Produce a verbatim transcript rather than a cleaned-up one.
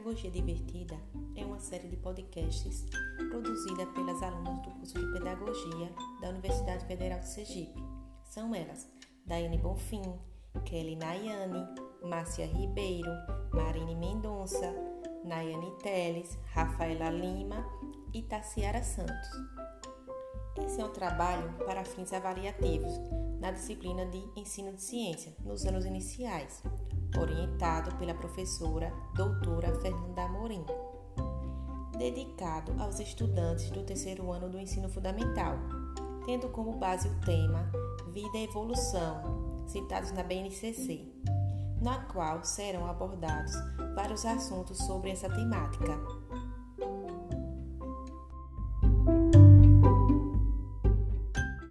Pedagogia Divertida é uma série de podcasts produzida pelas alunas do curso de Pedagogia da Universidade Federal de Sergipe. São elas Daiane Bonfim, Kelly Nayane, Márcia Ribeiro, Marine Mendonça, Nayane Teles, Rafaela Lima e Tassiara Santos. Esse é um trabalho para fins avaliativos na disciplina de Ensino de Ciência nos anos iniciais, orientado pela professora doutora Fernanda Amorim, dedicado aos estudantes do terceiro ano do ensino fundamental, tendo como base o tema Vida e Evolução, citados na B N C C, na qual serão abordados vários assuntos sobre essa temática.